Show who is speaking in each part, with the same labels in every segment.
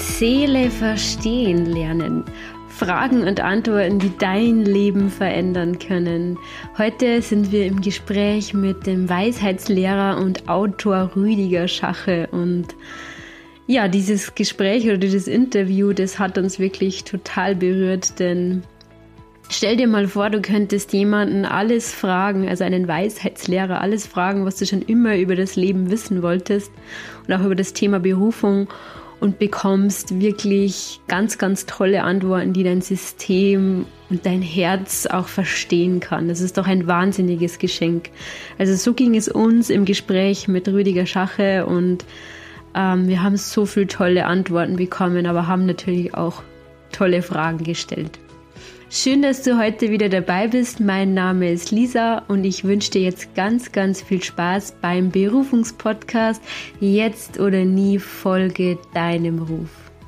Speaker 1: Seele verstehen lernen. Fragen und Antworten, die dein Leben verändern können. Heute sind wir im Gespräch mit dem Weisheitslehrer und Autor Rüdiger Schache. Und ja, dieses Gespräch oder dieses Interview, das hat uns wirklich total berührt, denn stell dir mal vor, du könntest jemanden alles fragen, also einen Weisheitslehrer, alles fragen, was du schon immer über das Leben wissen wolltest und auch über das Thema Berufung, und bekommst wirklich ganz, ganz tolle Antworten, die dein System und dein Herz auch verstehen kann. Das ist doch ein wahnsinniges Geschenk. Also so ging es uns im Gespräch mit Rüdiger Schache und wir haben so viele tolle Antworten bekommen, aber haben natürlich auch tolle Fragen gestellt. Schön, dass du heute wieder dabei bist. Mein Name ist Lisa und ich wünsche dir jetzt ganz, ganz viel Spaß beim Berufungspodcast Jetzt oder nie, folge deinem Ruf.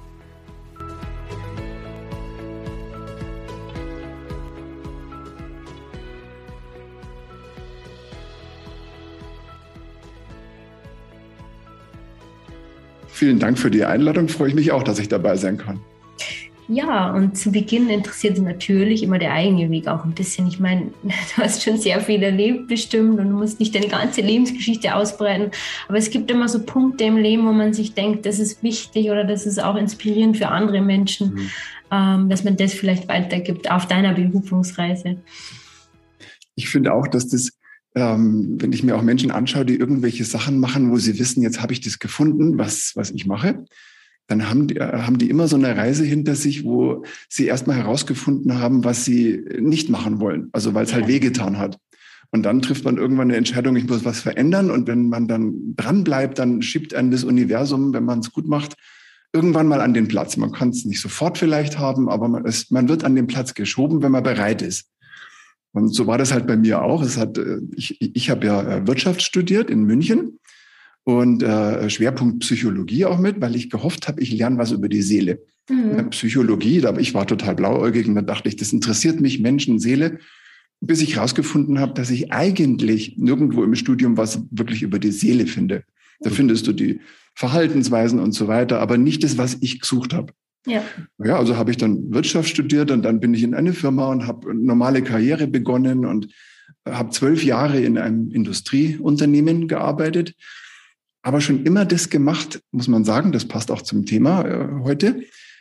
Speaker 2: Vielen Dank für die Einladung. Freue ich mich auch, dass ich dabei sein kann.
Speaker 1: Ja, und zu Beginn interessiert natürlich immer der eigene Weg auch ein bisschen. Ich meine, du hast schon sehr viel erlebt bestimmt und du musst nicht deine ganze Lebensgeschichte ausbreiten. Aber es gibt immer so Punkte im Leben, wo man sich denkt, das ist wichtig oder das ist auch inspirierend für andere Menschen, dass man das vielleicht weitergibt auf deiner Berufungsreise.
Speaker 2: Ich finde auch, dass das, wenn ich mir auch Menschen anschaue, die irgendwelche Sachen machen, wo sie wissen, jetzt habe ich das gefunden, was ich mache, dann haben die immer so eine Reise hinter sich, wo sie erstmal herausgefunden haben, was sie nicht machen wollen. Also weil es halt wehgetan hat. Und dann trifft man irgendwann eine Entscheidung, ich muss was verändern. Und wenn man dann dran bleibt, dann schiebt einen das Universum, wenn man es gut macht, irgendwann mal an den Platz. Man kann es nicht sofort vielleicht haben, aber man wird an den Platz geschoben, wenn man bereit ist. Und so war das halt bei mir auch. Ich habe ja Wirtschaft studiert in München. Und Schwerpunkt Psychologie auch mit, weil ich gehofft habe, ich lerne was über die Seele. Psychologie, ich war total blauäugig und da dachte ich, das interessiert mich, Menschen, Seele, bis ich rausgefunden habe, dass ich eigentlich nirgendwo im Studium was wirklich über die Seele finde. Da findest du die Verhaltensweisen und so weiter, aber nicht das, was ich gesucht habe. Ja, also habe ich dann Wirtschaft studiert und dann bin ich in eine Firma und habe eine normale Karriere begonnen und habe 12 Jahre in einem Industrieunternehmen gearbeitet. Aber schon immer das gemacht, muss man sagen, das passt auch zum Thema heute.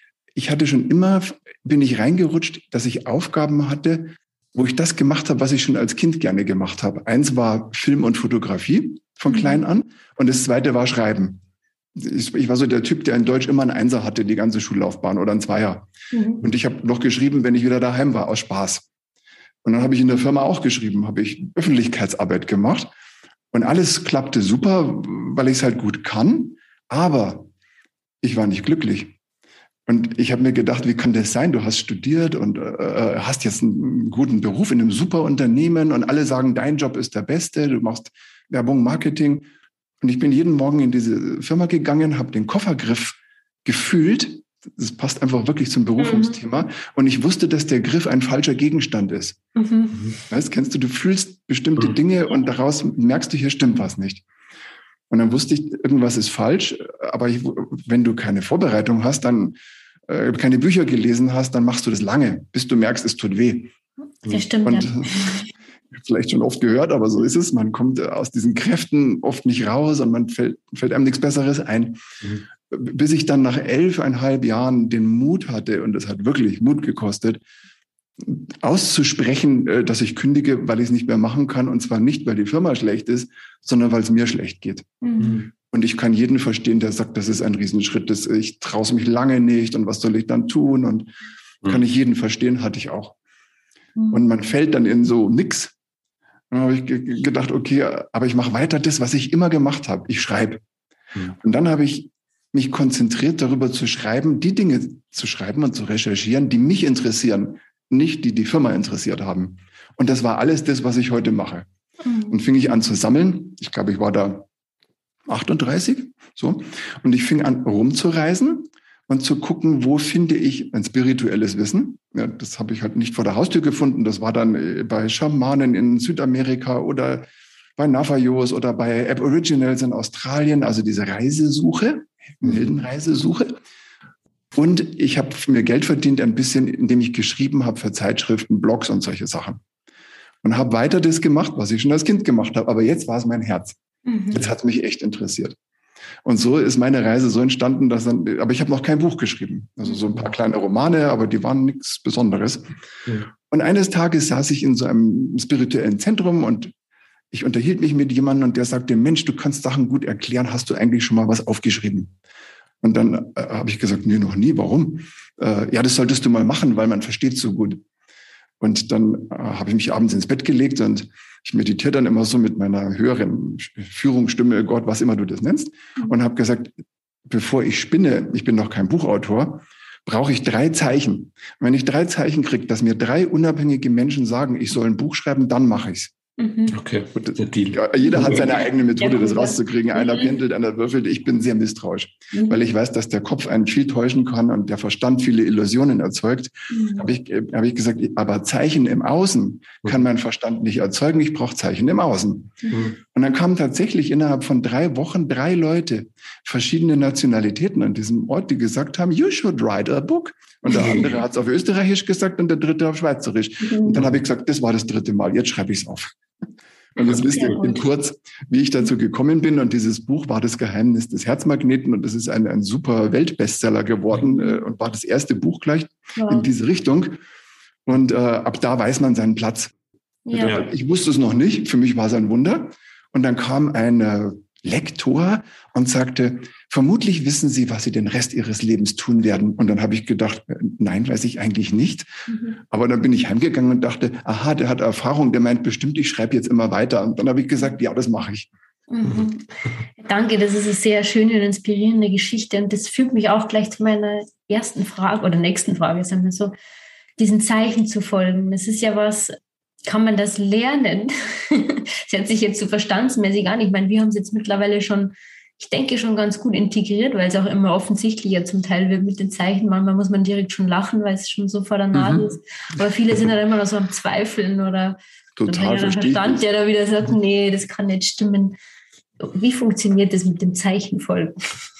Speaker 2: Bin ich reingerutscht, dass ich Aufgaben hatte, wo ich das gemacht habe, was ich schon als Kind gerne gemacht habe. Eins war Film und Fotografie von klein an und das zweite war Schreiben. Ich war so der Typ, der in Deutsch immer einen Einser hatte, die ganze Schullaufbahn oder einen Zweier. Und ich habe noch geschrieben, wenn ich wieder daheim war, aus Spaß. Und dann habe ich in der Firma auch geschrieben, habe ich Öffentlichkeitsarbeit gemacht. Und alles klappte super, weil ich es halt gut kann, aber ich war nicht glücklich. Und ich habe mir gedacht, wie kann das sein? Du hast studiert und hast jetzt einen guten Beruf in einem super Unternehmen und alle sagen, dein Job ist der beste, du machst Werbung, Marketing. Und ich bin jeden Morgen in diese Firma gegangen, habe den Koffergriff gefühlt. Das passt einfach wirklich zum Berufungsthema. Und ich wusste, dass der Griff ein falscher Gegenstand ist. Weißt, kennst du fühlst bestimmte Dinge und daraus merkst du, hier stimmt was nicht. Und dann wusste ich, irgendwas ist falsch. Aber wenn du keine Vorbereitung hast, dann keine Bücher gelesen hast, dann machst du das lange, bis du merkst, es tut weh.
Speaker 1: Das stimmt,
Speaker 2: und, vielleicht schon oft gehört, aber so ist es. Man kommt aus diesen Kräften oft nicht raus und man fällt einem nichts Besseres ein. Bis ich dann nach 11,5 Jahren den Mut hatte, und es hat wirklich Mut gekostet, auszusprechen, dass ich kündige, weil ich es nicht mehr machen kann. Und zwar nicht, weil die Firma schlecht ist, sondern weil es mir schlecht geht. Und ich kann jeden verstehen, der sagt, das ist ein Riesenschritt. Ich traue es mich lange nicht und was soll ich dann tun? Und kann ich jeden verstehen, hatte ich auch. Und man fällt dann in so nix. Dann habe ich gedacht, okay, aber ich mache weiter das, was ich immer gemacht habe. Ich schreibe. Und dann habe ich mich konzentriert, darüber zu schreiben, die Dinge zu schreiben und zu recherchieren, die mich interessieren, nicht die die Firma interessiert haben. Und das war alles das, was ich heute mache. Und fing ich an zu sammeln. Ich glaube, ich war da 38, so. Und ich fing an, rumzureisen und zu gucken, wo finde ich ein spirituelles Wissen. Ja, das habe ich halt nicht vor der Haustür gefunden. Das war dann bei Schamanen in Südamerika oder bei Navajos oder bei Aboriginals in Australien. Also diese Reisesuche, Heldenreisesuche. Und ich habe mir Geld verdient ein bisschen, indem ich geschrieben habe für Zeitschriften, Blogs und solche Sachen. Und habe weiter das gemacht, was ich schon als Kind gemacht habe. Aber jetzt war es mein Herz. Jetzt hat es mich echt interessiert. Und so ist meine Reise so entstanden, aber ich habe noch kein Buch geschrieben. Also so ein paar kleine Romane, aber die waren nichts Besonderes. Und eines Tages saß ich in so einem spirituellen Zentrum und ich unterhielt mich mit jemandem und der sagte, Mensch, du kannst Sachen gut erklären, hast du eigentlich schon mal was aufgeschrieben? Und dann habe ich gesagt, nee, noch nie, warum? Ja, das solltest du mal machen, weil man versteht so gut. Und dann habe ich mich abends ins Bett gelegt und ich meditiere dann immer so mit meiner höheren Führungsstimme, Gott, was immer du das nennst, und habe gesagt, bevor ich spinne, ich bin noch kein Buchautor, brauche ich 3 Zeichen. Und wenn ich 3 Zeichen kriege, dass mir 3 unabhängige Menschen sagen, ich soll ein Buch schreiben, dann mache ich es.
Speaker 3: Okay,
Speaker 2: der Deal. Jeder hat seine eigene Methode, das rauszukriegen. Einer pendelt, einer würfelt. Ich bin sehr misstrauisch, weil ich weiß, dass der Kopf einen viel täuschen kann und der Verstand viele Illusionen erzeugt. Habe ich gesagt, aber Zeichen im Außen kann mein Verstand nicht erzeugen. Ich brauche Zeichen im Außen. Und dann kamen tatsächlich innerhalb von 3 Wochen 3 Leute, verschiedene Nationalitäten an diesem Ort, die gesagt haben, you should write a book. Und der andere hat es auf Österreichisch gesagt und der dritte auf Schweizerisch. Und dann habe ich gesagt, das war das 3. Mal, jetzt schreibe ich es auf. Und das wisst ihr in kurz, wie ich dazu gekommen bin. Und dieses Buch war das Geheimnis des Herzmagneten. Und das ist ein super Weltbestseller geworden und war das erste Buch gleich in diese Richtung. Und ab da weiß man seinen Platz. Ja. Ich wusste es noch nicht. Für mich war es ein Wunder. Und dann kam ein Lektor und sagte, vermutlich wissen Sie, was Sie den Rest Ihres Lebens tun werden. Und dann habe ich gedacht, nein, weiß ich eigentlich nicht. Aber dann bin ich heimgegangen und dachte, aha, der hat Erfahrung, der meint bestimmt, ich schreibe jetzt immer weiter. Und dann habe ich gesagt, ja, das mache ich.
Speaker 1: Danke, das ist eine sehr schöne und inspirierende Geschichte. Und das führt mich auch gleich zu meiner ersten Frage oder nächsten Frage, sagen wir so, diesen Zeichen zu folgen. Das ist ja was, kann man das lernen? Das hört sich jetzt so verstandsmäßig an. Ich meine, wir haben es jetzt mittlerweile schon, ich denke, schon ganz gut integriert, weil es auch immer offensichtlicher zum Teil wird mit den Zeichen. Manchmal muss man direkt schon lachen, weil es schon so vor der Nase ist. Aber viele sind halt immer noch so am Zweifeln oder
Speaker 2: total
Speaker 1: Verstand, der da wieder sagt, nee, das kann nicht stimmen. Wie funktioniert das mit dem Zeichenfolgen?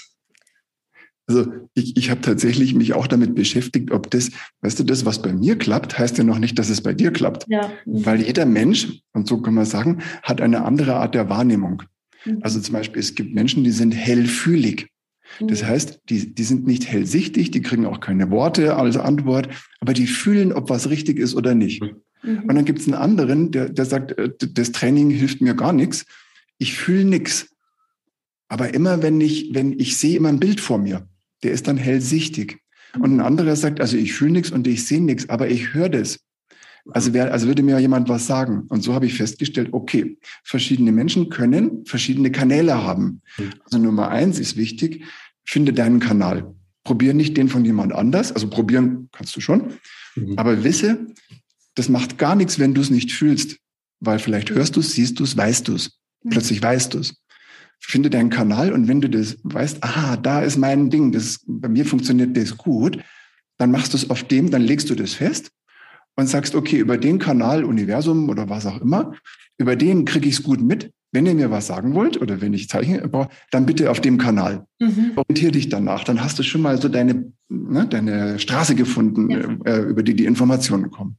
Speaker 2: Also ich habe tatsächlich mich auch damit beschäftigt, ob das, weißt du, das, was bei mir klappt, heißt ja noch nicht, dass es bei dir klappt. Ja. Weil jeder Mensch, und so kann man sagen, hat eine andere Art der Wahrnehmung. Also zum Beispiel, es gibt Menschen, die sind hellfühlig. Das heißt, die sind nicht hellsichtig, die kriegen auch keine Worte als Antwort, aber die fühlen, ob was richtig ist oder nicht. Und dann gibt es einen anderen, der sagt, das Training hilft mir gar nichts, ich fühle nichts. Aber immer, wenn ich sehe immer ein Bild vor mir, der ist dann hellsichtig. Und ein anderer sagt, also ich fühle nichts und ich sehe nichts, aber ich höre das. Also würde mir jemand was sagen. Und so habe ich festgestellt, okay, verschiedene Menschen können verschiedene Kanäle haben. Also Nummer 1 ist wichtig, finde deinen Kanal. Probier nicht den von jemand anders. Also probieren kannst du schon. Aber wisse, das macht gar nichts, wenn du es nicht fühlst. Weil vielleicht hörst du es, siehst du es, weißt du es. Plötzlich weißt du es. Finde deinen Kanal und wenn du das weißt, aha, da ist mein Ding, bei mir funktioniert das gut, dann machst du es auf dem, dann legst du das fest und sagst, okay, über den Kanal, Universum oder was auch immer, über den kriege ich es gut mit. Wenn ihr mir was sagen wollt oder wenn ich Zeichen brauche, dann bitte auf dem Kanal. Orientier dich danach. Dann hast du schon mal so deine Straße gefunden, über die Informationen kommen.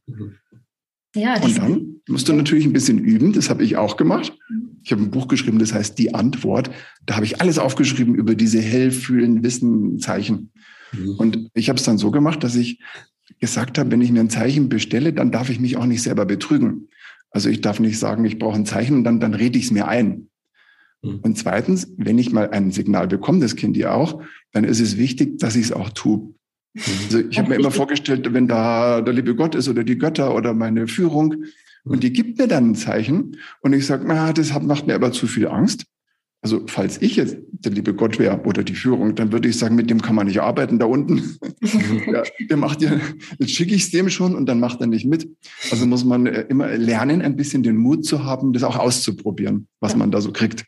Speaker 2: Ja, und dann musst du natürlich ein bisschen üben. Das habe ich auch gemacht. Ich habe ein Buch geschrieben, das heißt Die Antwort. Da habe ich alles aufgeschrieben über diese hellfühlen Wissen-Zeichen. Und ich habe es dann so gemacht, dass ich gesagt habe, wenn ich mir ein Zeichen bestelle, dann darf ich mich auch nicht selber betrügen. Also ich darf nicht sagen, ich brauche ein Zeichen und dann rede ich es mir ein. Und zweitens, wenn ich mal ein Signal bekomme, das kennt ihr auch, dann ist es wichtig, dass ich es auch tue. Also ich habe mir immer vorgestellt, wenn da der liebe Gott ist oder die Götter oder meine Führung und die gibt mir dann ein Zeichen und ich sage, das macht mir aber zu viel Angst. Also falls ich jetzt der liebe Gott wäre oder die Führung, dann würde ich sagen, mit dem kann man nicht arbeiten da unten. Ja, der macht ja, jetzt schicke ich es dem schon und dann macht er nicht mit. Also muss man immer lernen, ein bisschen den Mut zu haben, das auch auszuprobieren, was man da so kriegt.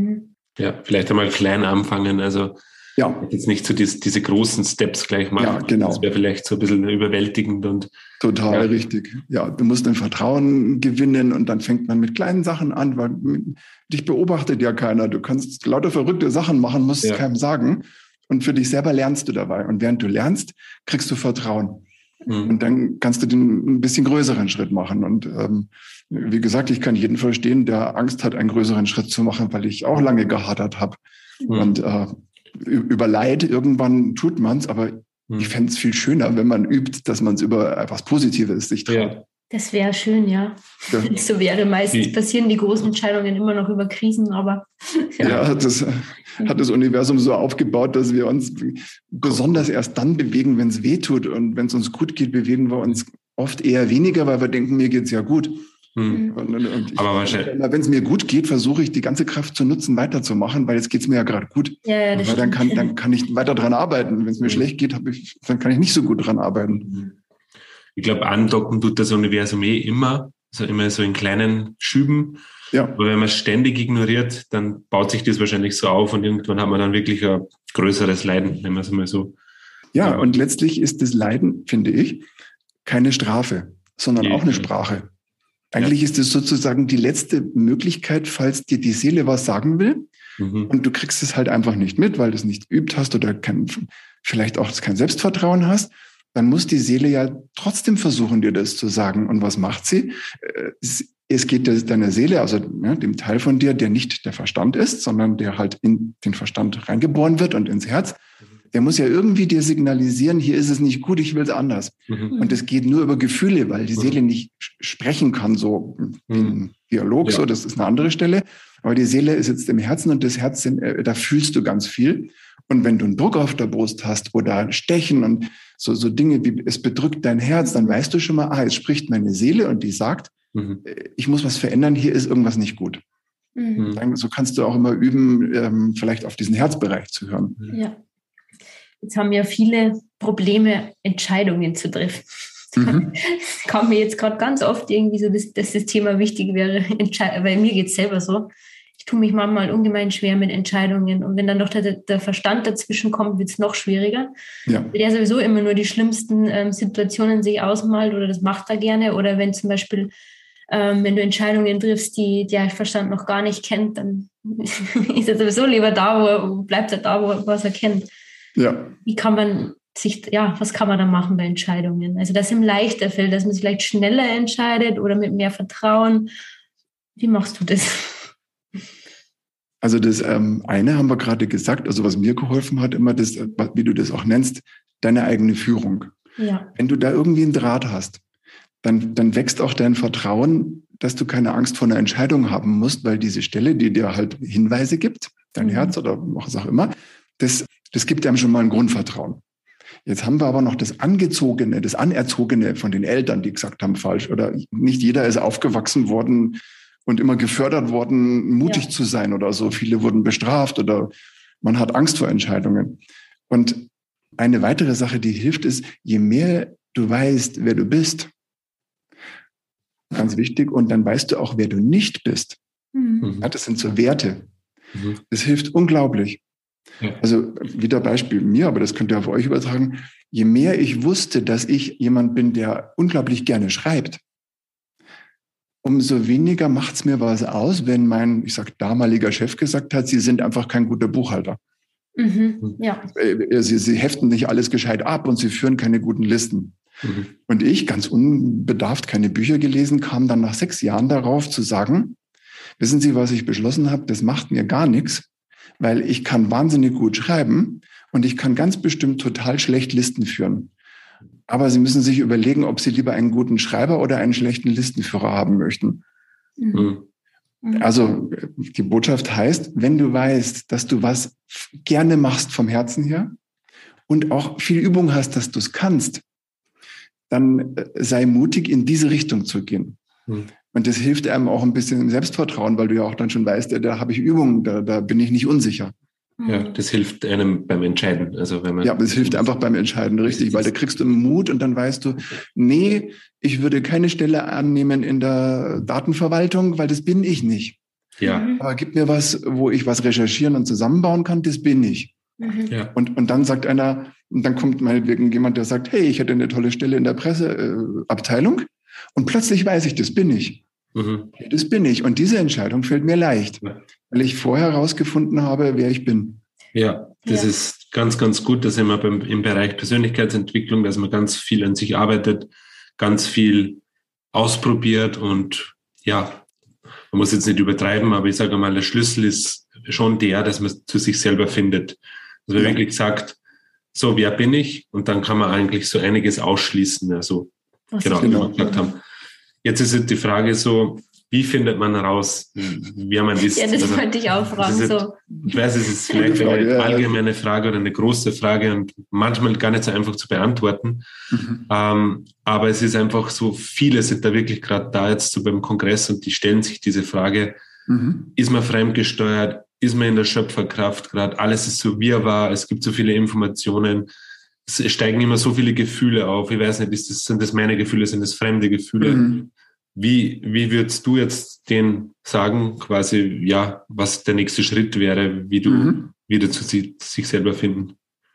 Speaker 3: Ja, vielleicht einmal klein anfangen, also jetzt nicht so diese großen Steps gleich machen.
Speaker 2: Ja, genau.
Speaker 3: Das wäre vielleicht so ein bisschen überwältigend und
Speaker 2: total richtig. Ja, du musst ein Vertrauen gewinnen und dann fängt man mit kleinen Sachen an, weil dich beobachtet ja keiner. Du kannst lauter verrückte Sachen machen, musst es keinem sagen. und für dich selber lernst du dabei. Und während du lernst, kriegst du Vertrauen. Und dann kannst du den ein bisschen größeren Schritt machen. Und wie gesagt, ich kann jeden verstehen, der Angst hat, einen größeren Schritt zu machen, weil ich auch lange gehadert habe. Und über Leid irgendwann tut man es, aber ich fände es viel schöner, wenn man übt, dass man es über etwas Positives sich traut.
Speaker 3: Ja.
Speaker 1: Das wäre schön, ja. So wäre meistens passieren die großen Entscheidungen immer noch über Krisen, aber
Speaker 2: ja, das hat das Universum so aufgebaut, dass wir uns besonders erst dann bewegen, wenn es weh tut. Und wenn es uns gut geht, bewegen wir uns oft eher weniger, weil wir denken, mir geht's ja gut. Aber wahrscheinlich, wenn es mir gut geht, versuche ich die ganze Kraft zu nutzen, weiterzumachen, weil jetzt geht es mir ja gerade gut.
Speaker 1: Ja,
Speaker 2: weil dann kann ich weiter dran arbeiten. Wenn es mir schlecht geht, dann kann ich nicht so gut dran arbeiten.
Speaker 3: Ich glaube, andocken tut das Universum immer, also immer so in kleinen Schüben. Ja. Aber wenn man es ständig ignoriert, dann baut sich das wahrscheinlich so auf und irgendwann hat man dann wirklich ein größeres Leiden, wenn man es mal so.
Speaker 2: Ja, und letztlich ist das Leiden, finde ich, keine Strafe, sondern auch eine Sprache. Eigentlich ist es sozusagen die letzte Möglichkeit, falls dir die Seele was sagen will und du kriegst es halt einfach nicht mit, weil du es nicht geübt hast oder vielleicht auch kein Selbstvertrauen hast. Dann muss die Seele ja trotzdem versuchen, dir das zu sagen. Und was macht sie? Es geht deiner Seele, also dem Teil von dir, der nicht der Verstand ist, sondern der halt in den Verstand reingeboren wird und ins Herz. Der muss ja irgendwie dir signalisieren, hier ist es nicht gut, ich will es anders. Und es geht nur über Gefühle, weil die Seele nicht sprechen kann, so im Dialog, so, das ist eine andere Stelle. Aber die Seele ist jetzt im Herzen und das Herz, da fühlst du ganz viel. Und wenn du einen Druck auf der Brust hast oder Stechen und so Dinge wie es bedrückt dein Herz, dann weißt du schon mal, es spricht meine Seele und die sagt, ich muss was verändern, hier ist irgendwas nicht gut. So kannst du auch immer üben, vielleicht auf diesen Herzbereich zu hören.
Speaker 1: Ja. Jetzt haben ja viele Probleme, Entscheidungen zu treffen. Es kam mir jetzt gerade ganz oft irgendwie so, dass das Thema wichtig wäre, weil mir geht es selber so. Ich tue mich manchmal ungemein schwer mit Entscheidungen. Und wenn dann noch der Verstand dazwischen kommt, wird es noch schwieriger. Ja. Der sowieso immer nur die schlimmsten Situationen sich ausmalt oder das macht er gerne. Oder wenn zum Beispiel, wenn du Entscheidungen triffst, die der Verstand noch gar nicht kennt, dann ist er sowieso lieber da, bleibt er da, was er kennt. Ja. Wie kann man was kann man da machen bei Entscheidungen? Also, dass ihm leichter fällt, dass man sich vielleicht schneller entscheidet oder mit mehr Vertrauen. Wie machst du das?
Speaker 2: Also das eine haben wir gerade gesagt, also was mir geholfen hat, immer das, wie du das auch nennst, deine eigene Führung. Ja. Wenn du da irgendwie einen Draht hast, dann wächst auch dein Vertrauen, dass du keine Angst vor einer Entscheidung haben musst, weil diese Stelle, die dir halt Hinweise gibt, dein Herz oder was auch immer, das gibt einem schon mal ein Grundvertrauen. Jetzt haben wir aber noch das Angezogene, das Anerzogene von den Eltern, die gesagt haben, falsch. Oder nicht jeder ist aufgewachsen worden und immer gefördert worden, mutig zu sein oder so. Viele wurden bestraft oder man hat Angst vor Entscheidungen. Und eine weitere Sache, die hilft, ist, je mehr du weißt, wer du bist, ganz wichtig, und dann weißt du auch, wer du nicht bist. Ja, das sind so Werte. Das hilft unglaublich. Ja. Also wieder Beispiel mir, aber das könnt ihr auf euch übertragen. Je mehr ich wusste, dass ich jemand bin, der unglaublich gerne schreibt, umso weniger macht es mir was aus, wenn mein, damaliger Chef gesagt hat, Sie sind einfach kein guter Buchhalter. Ja. Sie heften nicht alles gescheit ab und Sie führen keine guten Listen. Und ich, ganz unbedarft, keine Bücher gelesen, kam dann nach 6 Jahren darauf zu sagen, wissen Sie, was ich beschlossen habe? Das macht mir gar nichts, weil ich kann wahnsinnig gut schreiben und ich kann ganz bestimmt total schlecht Listen führen. Aber Sie müssen sich überlegen, ob Sie lieber einen guten Schreiber oder einen schlechten Listenführer haben möchten. Also die Botschaft heißt, wenn du weißt, dass du was gerne machst vom Herzen her und auch viel Übung hast, dass du es kannst, dann sei mutig, in diese Richtung zu gehen. Und das hilft einem auch ein bisschen im Selbstvertrauen, weil du ja auch dann schon weißt, da habe ich Übungen, da bin ich nicht unsicher.
Speaker 3: Ja, das hilft einem beim Entscheiden. Also wenn man
Speaker 2: das hilft einfach beim Entscheiden, richtig, weil da kriegst du Mut und dann weißt du, nee, ich würde keine Stelle annehmen in der Datenverwaltung, weil das bin ich nicht. Ja. Aber gib mir was, wo ich was recherchieren und zusammenbauen kann, das bin ich. Ja. Und dann sagt einer, und dann kommt meinetwegen jemand, der sagt, hey, ich hätte eine tolle Stelle in der Presseabteilung und plötzlich weiß ich, das bin ich. Das bin ich. Und diese Entscheidung fällt mir leicht, weil ich vorher herausgefunden habe, wer ich bin.
Speaker 3: Ja, Das ist ganz, ganz gut, dass immer im Bereich Persönlichkeitsentwicklung, dass man ganz viel an sich arbeitet, ganz viel ausprobiert und ja, man muss jetzt nicht übertreiben, aber ich sage mal, der Schlüssel ist schon der, dass man zu sich selber findet. Dass man wirklich sagt, so, wer bin ich? Und dann kann man eigentlich so einiges ausschließen. Also, genau, wie wir gesagt haben. Jetzt ist die Frage so, wie findet man heraus, wer man ist?
Speaker 1: Ja, das wollte ich auch fragen.
Speaker 3: Ich weiß, es ist vielleicht eine allgemeine Frage oder eine große Frage und manchmal gar nicht so einfach zu beantworten. Aber es ist einfach so, viele sind da wirklich gerade da jetzt so beim Kongress und die stellen sich diese Frage, ist man fremdgesteuert? Ist man in der Schöpferkraft gerade? Alles ist so wirrwarr, es gibt so viele Informationen, es steigen immer so viele Gefühle auf. Ich weiß nicht, sind das meine Gefühle, sind das fremde Gefühle? Wie würdest du jetzt denen sagen, quasi, ja, was der nächste Schritt wäre, wie du wieder zu sich selber finden?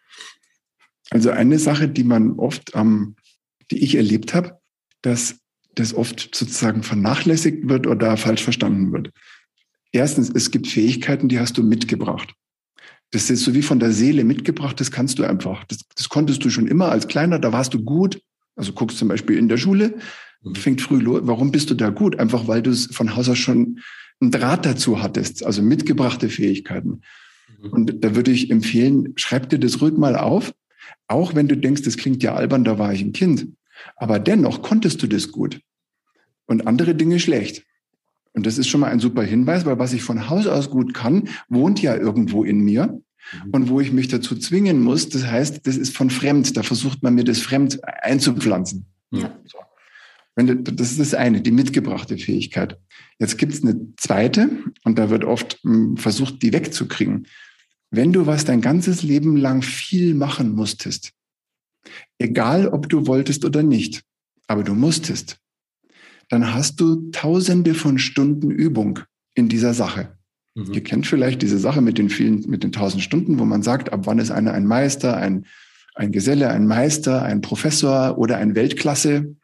Speaker 2: Also eine Sache, die man oft, die ich erlebt habe, dass das oft sozusagen vernachlässigt wird oder falsch verstanden wird. Erstens, es gibt Fähigkeiten, die hast du mitgebracht. Das ist so wie von der Seele mitgebracht, das kannst du einfach. Das konntest du schon immer als Kleiner, da warst du gut. Also guckst zum Beispiel in der Schule, fängt früh los. Warum bist du da gut? Einfach, weil du es von Haus aus schon einen Draht dazu hattest, also mitgebrachte Fähigkeiten. Und da würde ich empfehlen, schreib dir das ruhig mal auf, auch wenn du denkst, das klingt ja albern, da war ich ein Kind. Aber dennoch konntest du das gut und andere Dinge schlecht. Und das ist schon mal ein super Hinweis, weil was ich von Haus aus gut kann, wohnt ja irgendwo in mir. Und wo ich mich dazu zwingen muss, das heißt, das ist von fremd. Da versucht man mir das fremd einzupflanzen.
Speaker 1: Ja.
Speaker 2: So. Das ist das eine, die mitgebrachte Fähigkeit. Jetzt gibt es eine zweite und da wird oft versucht, die wegzukriegen. Wenn du was dein ganzes Leben lang viel machen musstest, egal ob du wolltest oder nicht, aber du musstest, dann hast du Tausende von Stunden Übung in dieser Sache. Ihr kennt vielleicht diese Sache mit den 1000 Stunden, wo man sagt, ab wann ist einer ein Meister, ein Geselle, ein Meister, ein Professor oder ein Weltklasse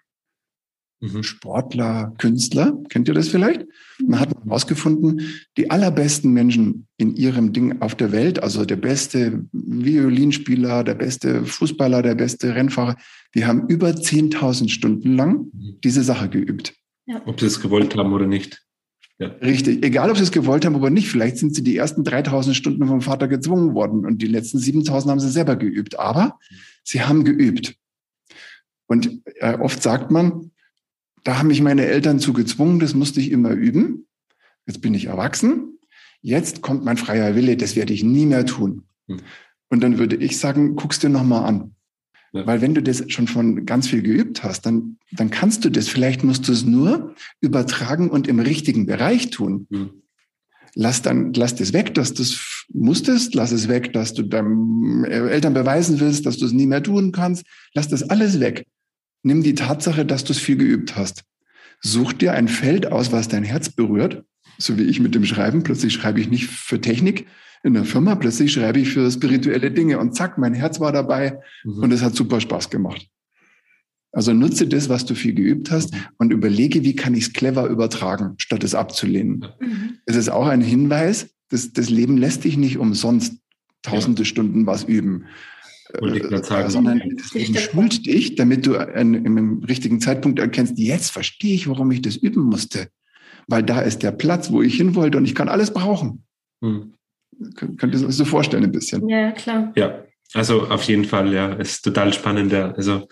Speaker 2: Sportler, Künstler. Kennt ihr das vielleicht? Man hat herausgefunden, die allerbesten Menschen in ihrem Ding auf der Welt, also der beste Violinspieler, der beste Fußballer, der beste Rennfahrer, die haben über 10.000 Stunden lang diese Sache geübt.
Speaker 1: Ja.
Speaker 3: Ob sie es gewollt haben oder nicht. Ja.
Speaker 2: Richtig. Egal, ob sie es gewollt haben oder nicht. Vielleicht sind sie die ersten 3.000 Stunden vom Vater gezwungen worden und die letzten 7.000 haben sie selber geübt. Aber sie haben geübt. Und oft sagt man, da haben mich meine Eltern zu gezwungen, das musste ich immer üben. Jetzt bin ich erwachsen. Jetzt kommt mein freier Wille, das werde ich nie mehr tun. Und dann würde ich sagen, guck's dir nochmal an. Ja. Weil wenn du das schon von ganz viel geübt hast, dann kannst du das, vielleicht musst du es nur übertragen und im richtigen Bereich tun. Lass das weg, dass du es musstest, lass es weg, dass du deinen Eltern beweisen willst, dass du es nie mehr tun kannst. Lass das alles weg. Nimm die Tatsache, dass du es viel geübt hast. Such dir ein Feld aus, was dein Herz berührt, so wie ich mit dem Schreiben. Plötzlich schreibe ich nicht für Technik in der Firma, plötzlich schreibe ich für spirituelle Dinge und zack, mein Herz war dabei und es hat super Spaß gemacht. Also nutze das, was du viel geübt hast und überlege, wie kann ich es clever übertragen, statt es abzulehnen. Es ist auch ein Hinweis, das Leben lässt dich nicht umsonst tausende Stunden was üben. Sondern das Leben schult dich, damit du im richtigen Zeitpunkt erkennst, jetzt verstehe ich, warum ich das üben musste. Weil da ist der Platz, wo ich hin wollte und ich kann alles brauchen. Könnt ihr euch so vorstellen ein bisschen?
Speaker 1: Ja, klar.
Speaker 3: Ja, also auf jeden Fall, ja, es ist total spannend. Ja. Also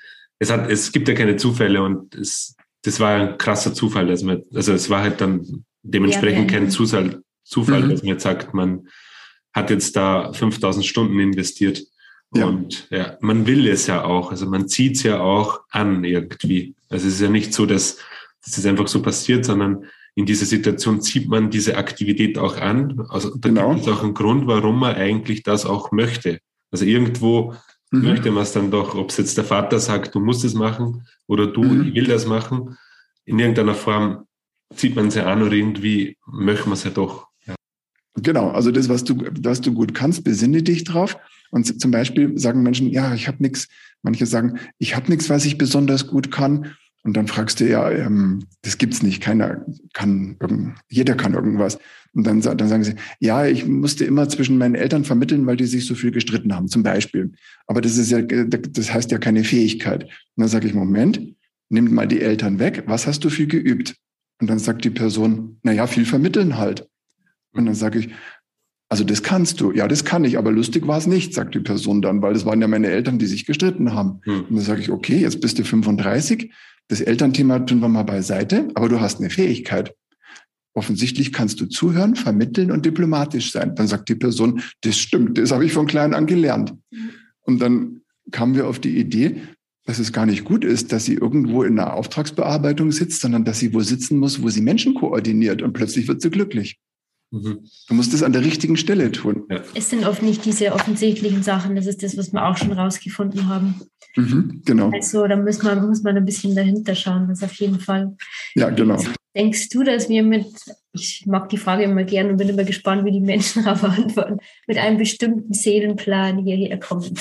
Speaker 3: es gibt ja keine Zufälle und das war ein krasser Zufall. Es war halt dann dementsprechend kein Zufall, dass man jetzt sagt, man hat jetzt da 5.000 Stunden investiert. Ja. Und ja, man will es ja auch, also man zieht es ja auch an irgendwie. Also es ist ja nicht so, dass es einfach so passiert, sondern in dieser Situation zieht man diese Aktivität auch an. Also da gibt es auch einen Grund, warum man eigentlich das auch möchte. Also irgendwo möchte man es dann doch, ob es jetzt der Vater sagt, du musst es machen oder du, ich will das machen. In irgendeiner Form zieht man es ja an oder irgendwie möchte man es ja doch. Ja.
Speaker 2: Genau, also das, was du gut kannst, besinne dich drauf. Und zum Beispiel sagen Menschen, ja, ich habe nichts. Manche sagen, ich habe nichts, was ich besonders gut kann. Und dann fragst du, ja, das gibt's nicht, jeder kann irgendwas. Und dann sagen sie, ja, ich musste immer zwischen meinen Eltern vermitteln, weil die sich so viel gestritten haben, zum Beispiel. Aber das heißt ja keine Fähigkeit. Und dann sage ich, Moment, nimm mal die Eltern weg, was hast du viel geübt? Und dann sagt die Person, naja, viel vermitteln halt. Und dann sage ich, also das kannst du. Ja, das kann ich, aber lustig war es nicht, sagt die Person dann, weil das waren ja meine Eltern, die sich gestritten haben. Und dann sage ich, okay, jetzt bist du 35, das Elternthema tun wir mal beiseite, aber du hast eine Fähigkeit. Offensichtlich kannst du zuhören, vermitteln und diplomatisch sein. Dann sagt die Person, das stimmt, das habe ich von klein an gelernt. Und dann kamen wir auf die Idee, dass es gar nicht gut ist, dass sie irgendwo in einer Auftragsbearbeitung sitzt, sondern dass sie wo sitzen muss, wo sie Menschen koordiniert und plötzlich wird sie glücklich. Du musst es an der richtigen Stelle tun.
Speaker 1: Ja. Es sind oft nicht diese offensichtlichen Sachen, das ist das, was wir auch schon rausgefunden haben.
Speaker 2: Genau.
Speaker 1: Also da muss man ein bisschen dahinter schauen, das auf jeden Fall.
Speaker 2: Ja, genau.
Speaker 1: Denkst du, dass wir ich mag die Frage immer gern und bin immer gespannt, wie die Menschen darauf antworten, mit einem bestimmten Seelenplan hierher kommen?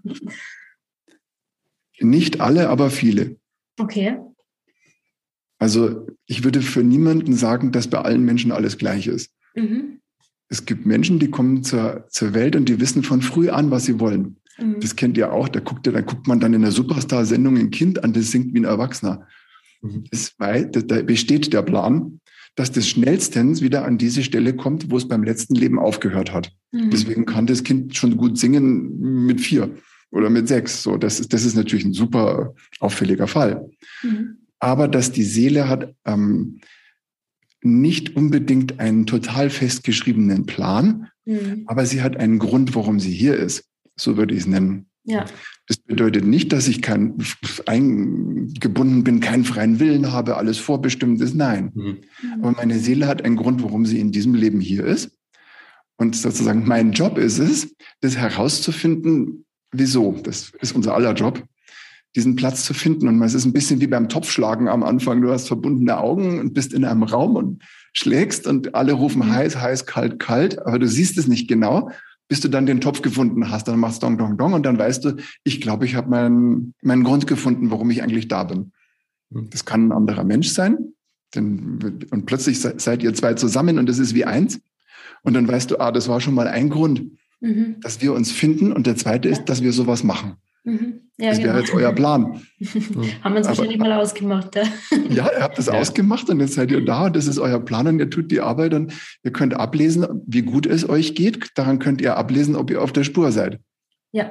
Speaker 2: Nicht alle, aber viele.
Speaker 1: Okay.
Speaker 2: Also ich würde für niemanden sagen, dass bei allen Menschen alles gleich ist. Es gibt Menschen, die kommen zur Welt und die wissen von früh an, was sie wollen. Das kennt ihr auch. Da guckt man dann in der Superstar-Sendung ein Kind an, das singt wie ein Erwachsener. Da besteht der Plan, dass das schnellstens wieder an diese Stelle kommt, wo es beim letzten Leben aufgehört hat. Deswegen kann das Kind schon gut singen mit 4 oder mit 6. So, das ist natürlich ein super auffälliger Fall. Aber dass die Seele hat nicht unbedingt einen total festgeschriebenen Plan, aber sie hat einen Grund, warum sie hier ist. So würde ich es nennen.
Speaker 1: Ja.
Speaker 2: Das bedeutet nicht, dass ich eingebunden bin, keinen freien Willen habe, alles vorbestimmt ist. Nein. Aber meine Seele hat einen Grund, warum sie in diesem Leben hier ist. Und sozusagen mein Job ist es, das herauszufinden, wieso. Das ist unser aller Job, diesen Platz zu finden. Und es ist ein bisschen wie beim Topfschlagen am Anfang. Du hast verbundene Augen und bist in einem Raum und schlägst und alle rufen heiß, heiß, kalt, kalt. Aber du siehst es nicht genau, bis du dann den Topf gefunden hast. Dann machst du Dong, Dong, Dong und dann weißt du, ich glaube, ich habe meinen Grund gefunden, warum ich eigentlich da bin. Das kann ein anderer Mensch sein. Und plötzlich seid ihr zwei zusammen und das ist wie eins. Und dann weißt du, das war schon mal ein Grund, dass wir uns finden. Und der zweite ist, dass wir sowas machen. Ja, das wäre jetzt euer Plan.
Speaker 1: Haben wir uns wahrscheinlich mal ausgemacht.
Speaker 2: Ja, ihr habt das ausgemacht und jetzt seid ihr da und das ist euer Plan und ihr tut die Arbeit und ihr könnt ablesen, wie gut es euch geht. Daran könnt ihr ablesen, ob ihr auf der Spur seid.
Speaker 1: Ja.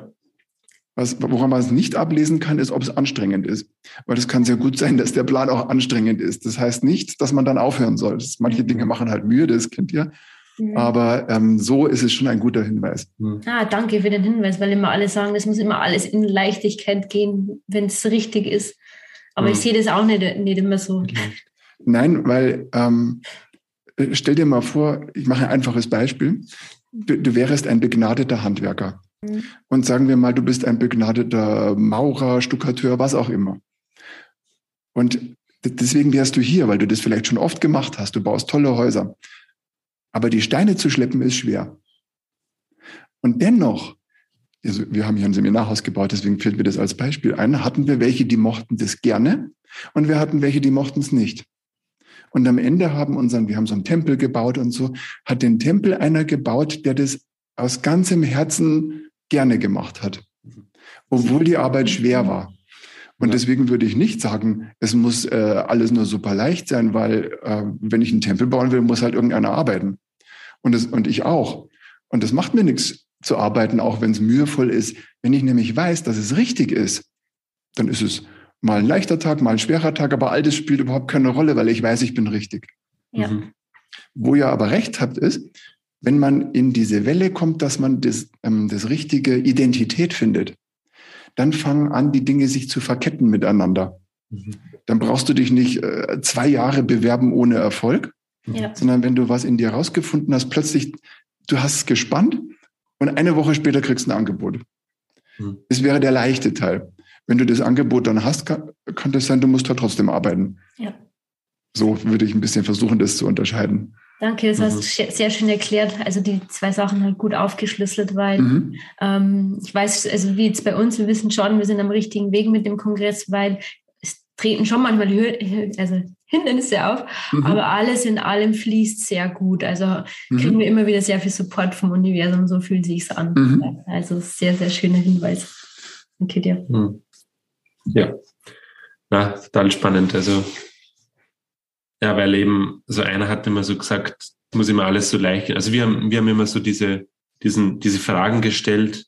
Speaker 2: Woran man es nicht ablesen kann, ist, ob es anstrengend ist. Weil es kann sehr gut sein, dass der Plan auch anstrengend ist. Das heißt nicht, dass man dann aufhören soll. Manche Dinge machen halt Mühe, das kennt ihr. Aber so ist es schon ein guter Hinweis.
Speaker 1: Danke für den Hinweis, weil immer alle sagen, das muss immer alles in Leichtigkeit gehen, wenn es richtig ist. Aber ich sehe das auch nicht immer so.
Speaker 2: Nein, weil stell dir mal vor, ich mache ein einfaches Beispiel. Du wärst ein begnadeter Handwerker. Und sagen wir mal, du bist ein begnadeter Maurer, Stuckateur, was auch immer. Und deswegen wärst du hier, weil du das vielleicht schon oft gemacht hast. Du baust tolle Häuser. Aber die Steine zu schleppen ist schwer. Und dennoch, also wir haben hier ein Seminarhaus gebaut, deswegen fällt mir das als Beispiel ein, hatten wir welche, die mochten das gerne und wir hatten welche, die mochten es nicht. Und am Ende wir haben so einen Tempel gebaut und so, hat den Tempel einer gebaut, der das aus ganzem Herzen gerne gemacht hat, obwohl die Arbeit schwer war. Und deswegen würde ich nicht sagen, es muss alles nur super leicht sein, weil wenn ich einen Tempel bauen will, muss halt irgendeiner arbeiten. Und ich auch. Und das macht mir nichts zu arbeiten, auch wenn es mühevoll ist. Wenn ich nämlich weiß, dass es richtig ist, dann ist es mal ein leichter Tag, mal ein schwerer Tag, aber all das spielt überhaupt keine Rolle, weil ich weiß, ich bin richtig.
Speaker 1: Ja.
Speaker 2: Wo ihr aber recht habt, ist, wenn man in diese Welle kommt, dass man das richtige Identität findet, dann fangen an, die Dinge sich zu verketten miteinander. Dann brauchst du dich nicht 2 Jahre bewerben ohne Erfolg, sondern wenn du was in dir rausgefunden hast, plötzlich, du hast es gespannt und eine Woche später kriegst du ein Angebot. Das wäre der leichte Teil. Wenn du das Angebot dann hast, kann das sein, du musst da trotzdem arbeiten. Ja. So würde ich ein bisschen versuchen, das zu unterscheiden.
Speaker 1: Danke, das hast du sehr schön erklärt. Also die 2 Sachen halt gut aufgeschlüsselt, weil ich weiß, also wie jetzt bei uns, wir wissen schon, wir sind am richtigen Weg mit dem Kongress, weil treten schon manchmal Hindernisse auf, aber alles in allem fließt sehr gut. Also kriegen wir immer wieder sehr viel Support vom Universum, so fühlt sich's an. Also sehr, sehr schöner Hinweis. Danke dir.
Speaker 3: Ja, total spannend. Also ja, weil eben, so einer hat immer so gesagt, muss immer alles so leicht gehen. Also wir haben immer so diese Fragen gestellt,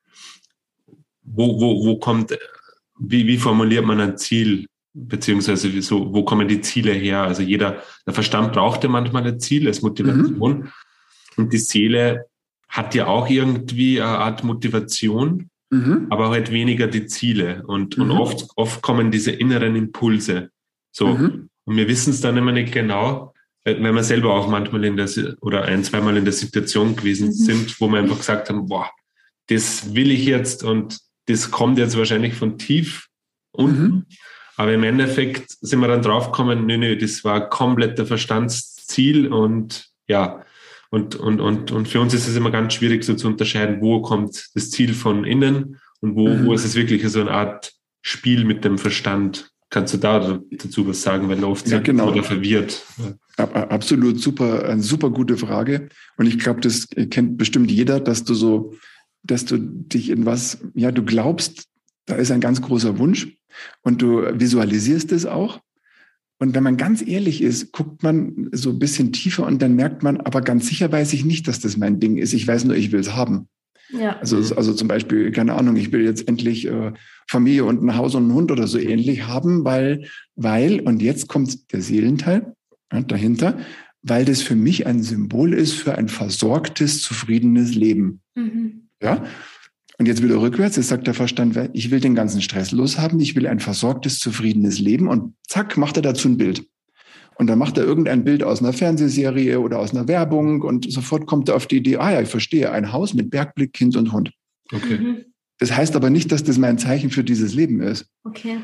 Speaker 3: wo kommt, wie formuliert man ein Ziel, beziehungsweise wo kommen die Ziele her? Also der Verstand braucht ja manchmal ein Ziel als Motivation und die Seele hat ja auch irgendwie eine Art Motivation, aber halt weniger die Ziele und oft kommen diese inneren Impulse. So. Und wir wissen es dann immer nicht genau, wenn wir selber auch manchmal oder ein-, zweimal in der Situation gewesen sind, wo wir einfach gesagt haben, boah, das will ich jetzt und das kommt jetzt wahrscheinlich von tief unten. Aber im Endeffekt sind wir dann draufgekommen, nö, das war komplett der Verstandsziel und ja, und für uns ist es immer ganz schwierig so zu unterscheiden, wo kommt das Ziel von innen und wo ist es wirklich so eine Art Spiel mit dem Verstand. Kannst du dazu was sagen, weil oft sind oder verwirrt?
Speaker 2: Absolut super, eine super gute Frage. Und ich glaube, das kennt bestimmt jeder, dass du dich in was, du glaubst, da ist ein ganz großer Wunsch und du visualisierst es auch. Und wenn man ganz ehrlich ist, guckt man so ein bisschen tiefer und dann merkt man, aber ganz sicher weiß ich nicht, dass das mein Ding ist. Ich weiß nur, ich will es haben. Ja. Also zum Beispiel, keine Ahnung, ich will jetzt endlich Familie und ein Haus und einen Hund oder so ähnlich haben, weil, und jetzt kommt der Seelenteil dahinter, weil das für mich ein Symbol ist für ein versorgtes, zufriedenes Leben. Ja? Und jetzt wieder rückwärts, jetzt sagt der Verstand, ich will den ganzen Stress loshaben, ich will ein versorgtes, zufriedenes Leben und zack, macht er dazu ein Bild. Und dann macht er irgendein Bild aus einer Fernsehserie oder aus einer Werbung und sofort kommt er auf die Idee, ich verstehe, ein Haus mit Bergblick, Kind und Hund.
Speaker 3: Okay.
Speaker 2: Das heißt aber nicht, dass das mein Zeichen für dieses Leben ist.
Speaker 1: Okay.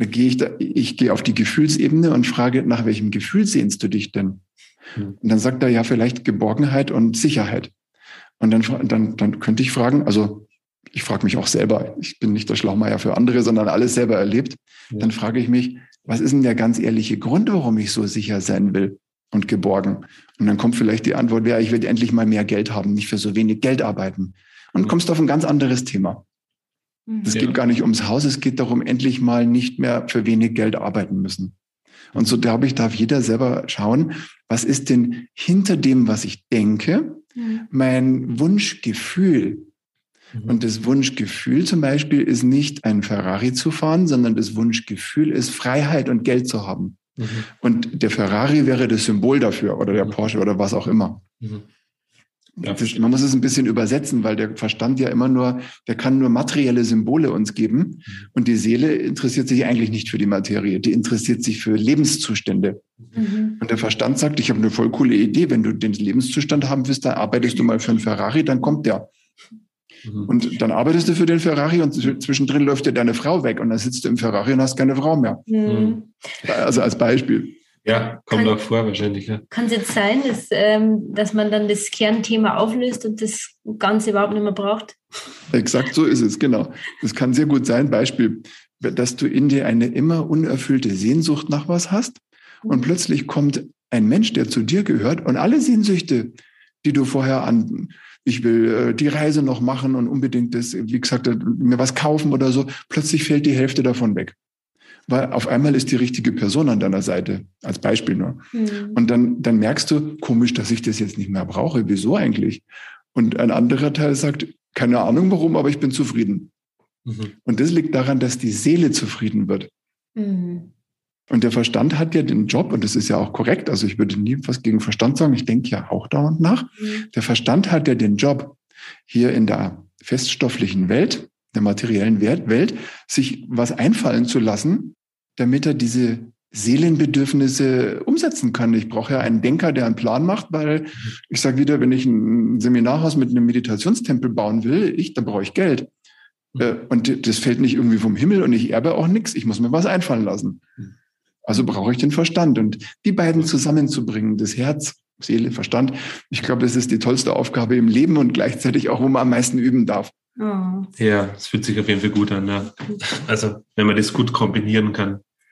Speaker 2: Ich gehe auf die Gefühlsebene und frage, nach welchem Gefühl sehnst du dich denn? Und dann sagt er, vielleicht Geborgenheit und Sicherheit. Und dann könnte ich fragen, also ich frage mich auch selber, ich bin nicht der Schlaumeier für andere, sondern alles selber erlebt. Ja. Dann frage ich mich, was ist denn der ganz ehrliche Grund, warum ich so sicher sein will und geborgen? Und dann kommt vielleicht die Antwort, ich will endlich mal mehr Geld haben, nicht für so wenig Geld arbeiten. Und kommst auf ein ganz anderes Thema. Es geht gar nicht ums Haus, es geht darum, endlich mal nicht mehr für wenig Geld arbeiten müssen. Und so, darf jeder selber schauen, was ist denn hinter dem, was ich denke, mein Wunschgefühl. Und das Wunschgefühl zum Beispiel ist nicht ein Ferrari zu fahren, sondern das Wunschgefühl ist Freiheit und Geld zu haben. Und der Ferrari wäre das Symbol dafür oder der Porsche oder was auch immer. Man muss es ein bisschen übersetzen, weil der Verstand der kann nur materielle Symbole uns geben. Und die Seele interessiert sich eigentlich nicht für die Materie, die interessiert sich für Lebenszustände. Und der Verstand sagt, ich habe eine voll coole Idee, wenn du den Lebenszustand haben willst, dann arbeitest du mal für einen Ferrari, dann kommt der. Und dann arbeitest du für den Ferrari und zwischendrin läuft dir deine Frau weg und dann sitzt du im Ferrari und hast keine Frau mehr. Also als Beispiel.
Speaker 3: Ja, kommt auch vor wahrscheinlich. Ja.
Speaker 1: Kann es jetzt sein, dass man dann das Kernthema auflöst und das Ganze überhaupt nicht mehr braucht?
Speaker 2: Exakt so ist es, genau. Das kann sehr gut sein. Beispiel, dass du in dir eine immer unerfüllte Sehnsucht nach was hast und plötzlich kommt ein Mensch, der zu dir gehört und alle Sehnsüchte, die du vorher ich will die Reise noch machen und unbedingt wie gesagt, mir was kaufen oder so. Plötzlich fällt die Hälfte davon weg. Weil auf einmal ist die richtige Person an deiner Seite, als Beispiel nur. Und dann merkst du, komisch, dass ich das jetzt nicht mehr brauche. Wieso eigentlich? Und ein anderer Teil sagt, keine Ahnung warum, aber ich bin zufrieden. Und das liegt daran, dass die Seele zufrieden wird. Und der Verstand hat ja den Job, und das ist ja auch korrekt, also ich würde nie was gegen Verstand sagen, ich denke ja auch dauernd nach. Der Verstand hat ja den Job, hier in der feststofflichen Welt, der materiellen Welt, sich was einfallen zu lassen, damit er diese Seelenbedürfnisse umsetzen kann. Ich brauche ja einen Denker, der einen Plan macht, weil ich sage wieder, wenn ich ein Seminarhaus mit einem Meditationstempel bauen will, dann brauche ich Geld. Und das fällt nicht irgendwie vom Himmel und ich erbe auch nichts. Ich muss mir was einfallen lassen. Also brauche ich den Verstand. Und die beiden zusammenzubringen, das Herz, Seele, Verstand, ich glaube, das ist die tollste Aufgabe im Leben und gleichzeitig auch, wo man am meisten üben darf.
Speaker 3: Ja, es fühlt sich auf jeden Fall gut an. Ja. Also wenn man das gut kombinieren kann.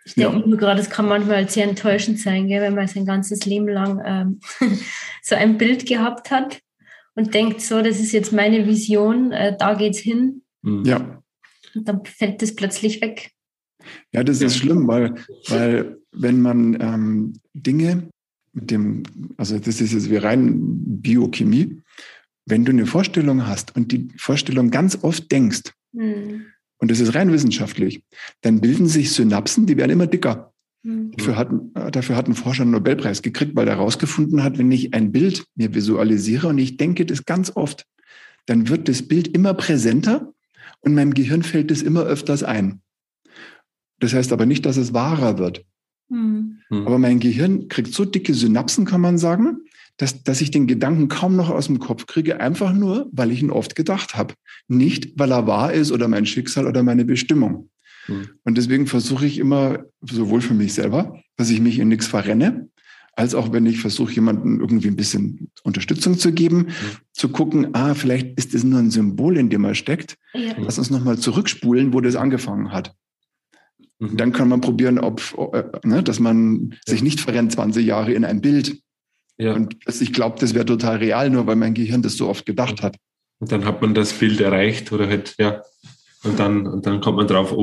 Speaker 1: Ich denke mir gerade, es kann manchmal sehr enttäuschend sein, gell, wenn man sein ganzes Leben lang so ein Bild gehabt hat und denkt so, das ist jetzt meine Vision, da geht's hin.
Speaker 2: Ja.
Speaker 1: Und dann fällt das plötzlich weg.
Speaker 2: Ja, das ist schlimm, weil wenn man Dinge also das ist jetzt wie rein Biochemie, wenn du eine Vorstellung hast und die Vorstellung ganz oft denkst, und das ist rein wissenschaftlich, dann bilden sich Synapsen, die werden immer dicker. Dafür hat ein Forscher einen Nobelpreis gekriegt, weil er herausgefunden hat, wenn ich ein Bild mir visualisiere und ich denke das ganz oft, dann wird das Bild immer präsenter und meinem Gehirn fällt es immer öfters ein. Das heißt aber nicht, dass es wahrer wird. Aber mein Gehirn kriegt so dicke Synapsen, kann man sagen, dass ich den Gedanken kaum noch aus dem Kopf kriege, einfach nur, weil ich ihn oft gedacht habe. Nicht, weil er wahr ist oder mein Schicksal oder meine Bestimmung. Und deswegen versuche ich immer, sowohl für mich selber, dass ich mich in nichts verrenne, als auch wenn ich versuche, jemandem irgendwie ein bisschen Unterstützung zu geben, zu gucken, vielleicht ist es nur ein Symbol, in dem er steckt. Ja. Lass uns nochmal zurückspulen, wo das angefangen hat. Und dann kann man probieren, dass man sich nicht verrennt 20 Jahre in ein Bild. Ja. Und ich glaube, das wäre total real, nur weil mein Gehirn das so oft gedacht hat.
Speaker 3: Und dann hat man das Bild erreicht oder halt, und dann kommt man drauf,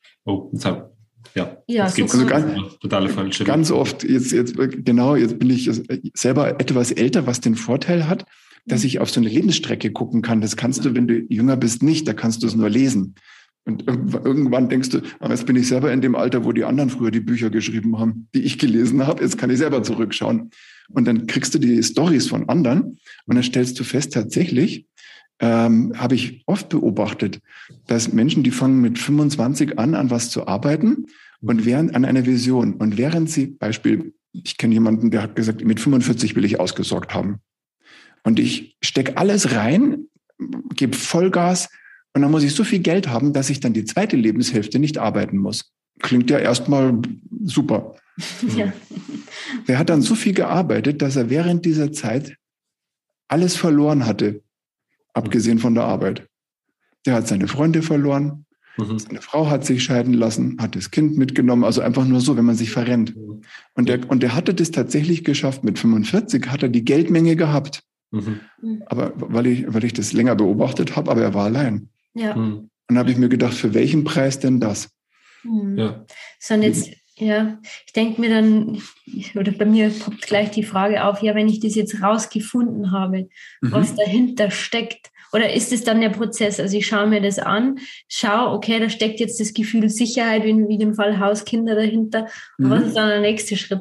Speaker 3: jetzt geht's
Speaker 2: also
Speaker 3: totale falsche.
Speaker 2: Ganz oft, jetzt bin ich selber etwas älter, was den Vorteil hat, dass ich auf so eine Lebensstrecke gucken kann. Das kannst du, wenn du jünger bist, nicht, da kannst du es nur lesen. Und irgendwann denkst du, jetzt bin ich selber in dem Alter, wo die anderen früher die Bücher geschrieben haben, die ich gelesen habe. Jetzt kann ich selber zurückschauen. Und dann kriegst du die Storys von anderen und dann stellst du fest, tatsächlich habe ich oft beobachtet, dass Menschen, die fangen mit 25 an was zu arbeiten und an einer Vision. Und während sie, Beispiel, ich kenne jemanden, der hat gesagt, mit 45 will ich ausgesorgt haben. Und ich stecke alles rein, gebe Vollgas, und dann muss ich so viel Geld haben, dass ich dann die zweite Lebenshälfte nicht arbeiten muss. Klingt ja erstmal super. Ja. Der hat dann so viel gearbeitet, dass er während dieser Zeit alles verloren hatte, abgesehen von der Arbeit. Der hat seine Freunde verloren, seine Frau hat sich scheiden lassen, hat das Kind mitgenommen, also einfach nur so, wenn man sich verrennt. Und der hatte das tatsächlich geschafft. Mit 45 hat er die Geldmenge gehabt. Aber weil ich das länger beobachtet habe, aber er war allein. Ja. Und dann habe ich mir gedacht, für welchen Preis denn das?
Speaker 1: Ja. Sondern jetzt, ich denke mir dann, oder bei mir poppt gleich die Frage auf, wenn ich das jetzt rausgefunden habe, was dahinter steckt, oder ist es dann der Prozess? Also ich schaue mir das an, okay, da steckt jetzt das Gefühl Sicherheit, wie in dem Fall Hauskinder dahinter. Und was ist dann der nächste Schritt?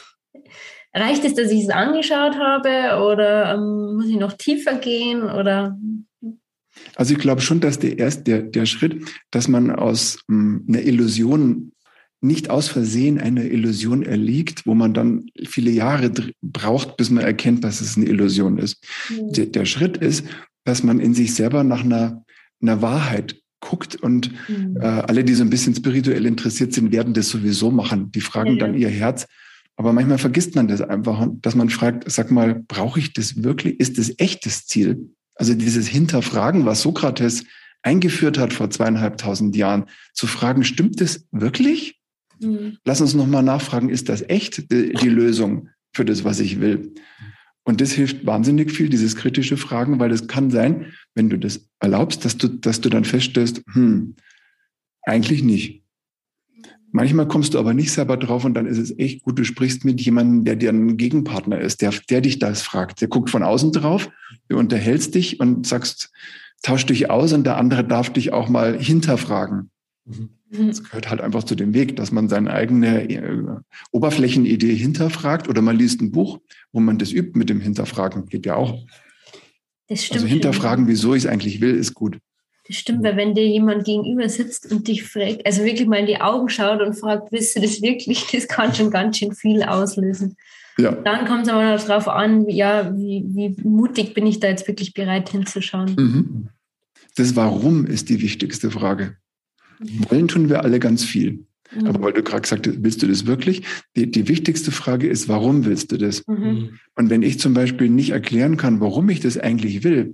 Speaker 1: Reicht es, dass ich es angeschaut habe, oder muss ich noch tiefer gehen, oder...
Speaker 2: Also ich glaube schon, dass der Schritt, dass man aus einer Illusion nicht aus Versehen einer Illusion erliegt, wo man dann viele Jahre braucht, bis man erkennt, dass es eine Illusion ist. Der Schritt ist, dass man in sich selber nach einer Wahrheit guckt und alle, die so ein bisschen spirituell interessiert sind, werden das sowieso machen. Die fragen dann ihr Herz. Aber manchmal vergisst man das einfach, dass man fragt, sag mal, brauche ich das wirklich? Ist das echtes Ziel? Also dieses Hinterfragen, was Sokrates eingeführt hat vor 2500 Jahren, zu fragen, stimmt das wirklich? Lass uns nochmal nachfragen, ist das echt die Lösung für das, was ich will? Und das hilft wahnsinnig viel, dieses kritische Fragen, weil es kann sein, wenn du das erlaubst, dass du dann feststellst, eigentlich nicht. Manchmal kommst du aber nicht selber drauf und dann ist es echt gut, du sprichst mit jemandem, der dir ein Gegenpartner ist, der dich das fragt. Der guckt von außen drauf, du unterhältst dich und sagst, tausch dich aus und der andere darf dich auch mal hinterfragen. Das gehört halt einfach zu dem Weg, dass man seine eigene Oberflächenidee hinterfragt oder man liest ein Buch, wo man das übt mit dem Hinterfragen. Geht ja auch.
Speaker 1: Das stimmt.
Speaker 2: Also hinterfragen, wieso ich es eigentlich will, ist gut.
Speaker 1: Das stimmt, weil wenn dir jemand gegenüber sitzt und dich fragt, also wirklich mal in die Augen schaut und fragt, willst du das wirklich, das kann schon ganz schön viel auslösen. Ja. Dann kommt es aber noch darauf an, wie mutig bin ich da jetzt wirklich bereit hinzuschauen.
Speaker 2: Das Warum ist die wichtigste Frage. Wollen tun wir alle ganz viel. Aber weil du gerade gesagt hast, willst du das wirklich? Die wichtigste Frage ist, warum willst du das? Und wenn ich zum Beispiel nicht erklären kann, warum ich das eigentlich will,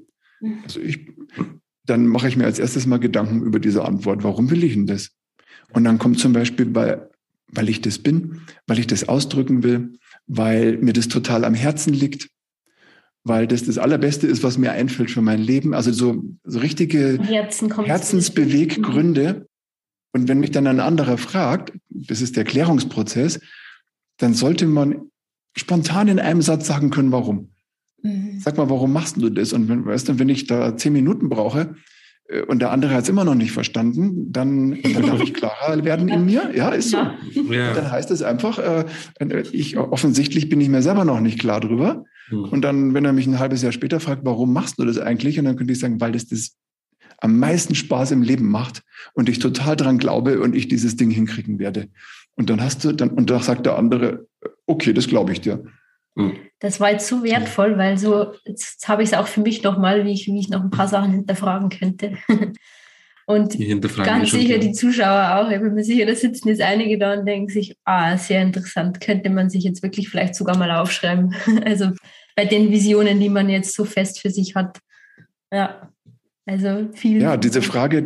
Speaker 2: dann mache ich mir als erstes mal Gedanken über diese Antwort. Warum will ich denn das? Und dann kommt zum Beispiel bei weil ich das bin, weil ich das ausdrücken will, weil mir das total am Herzen liegt, weil das Allerbeste ist, was mir einfällt für mein Leben. Also so richtige Herzensbeweggründe. Und wenn mich dann ein anderer fragt, das ist der Klärungsprozess, dann sollte man spontan in einem Satz sagen können, warum. Sag mal, warum machst du das? Und wenn ich da 10 Minuten brauche und der andere hat es immer noch nicht verstanden, dann darf ich klarer werden in mir. Ja, ist so. Ja. Dann heißt es einfach, offensichtlich bin ich mir selber noch nicht klar drüber. Und dann, wenn er mich ein halbes Jahr später fragt, warum machst du das eigentlich? Und dann könnte ich sagen, weil das am meisten Spaß im Leben macht und ich total dran glaube und ich dieses Ding hinkriegen werde. Und dann und da sagt der andere, okay, das glaube ich dir.
Speaker 1: Das war jetzt so wertvoll, weil jetzt habe ich es auch für mich nochmal, wie ich noch ein paar Sachen hinterfragen könnte. Und ganz sicher die Zuschauer auch. Ich bin mir sicher, da sitzen jetzt einige da und denken sich, sehr interessant, könnte man sich jetzt wirklich vielleicht sogar mal aufschreiben. Also bei den Visionen, die man jetzt so fest für sich hat. Ja. Also viel.
Speaker 2: Ja, diese Frage,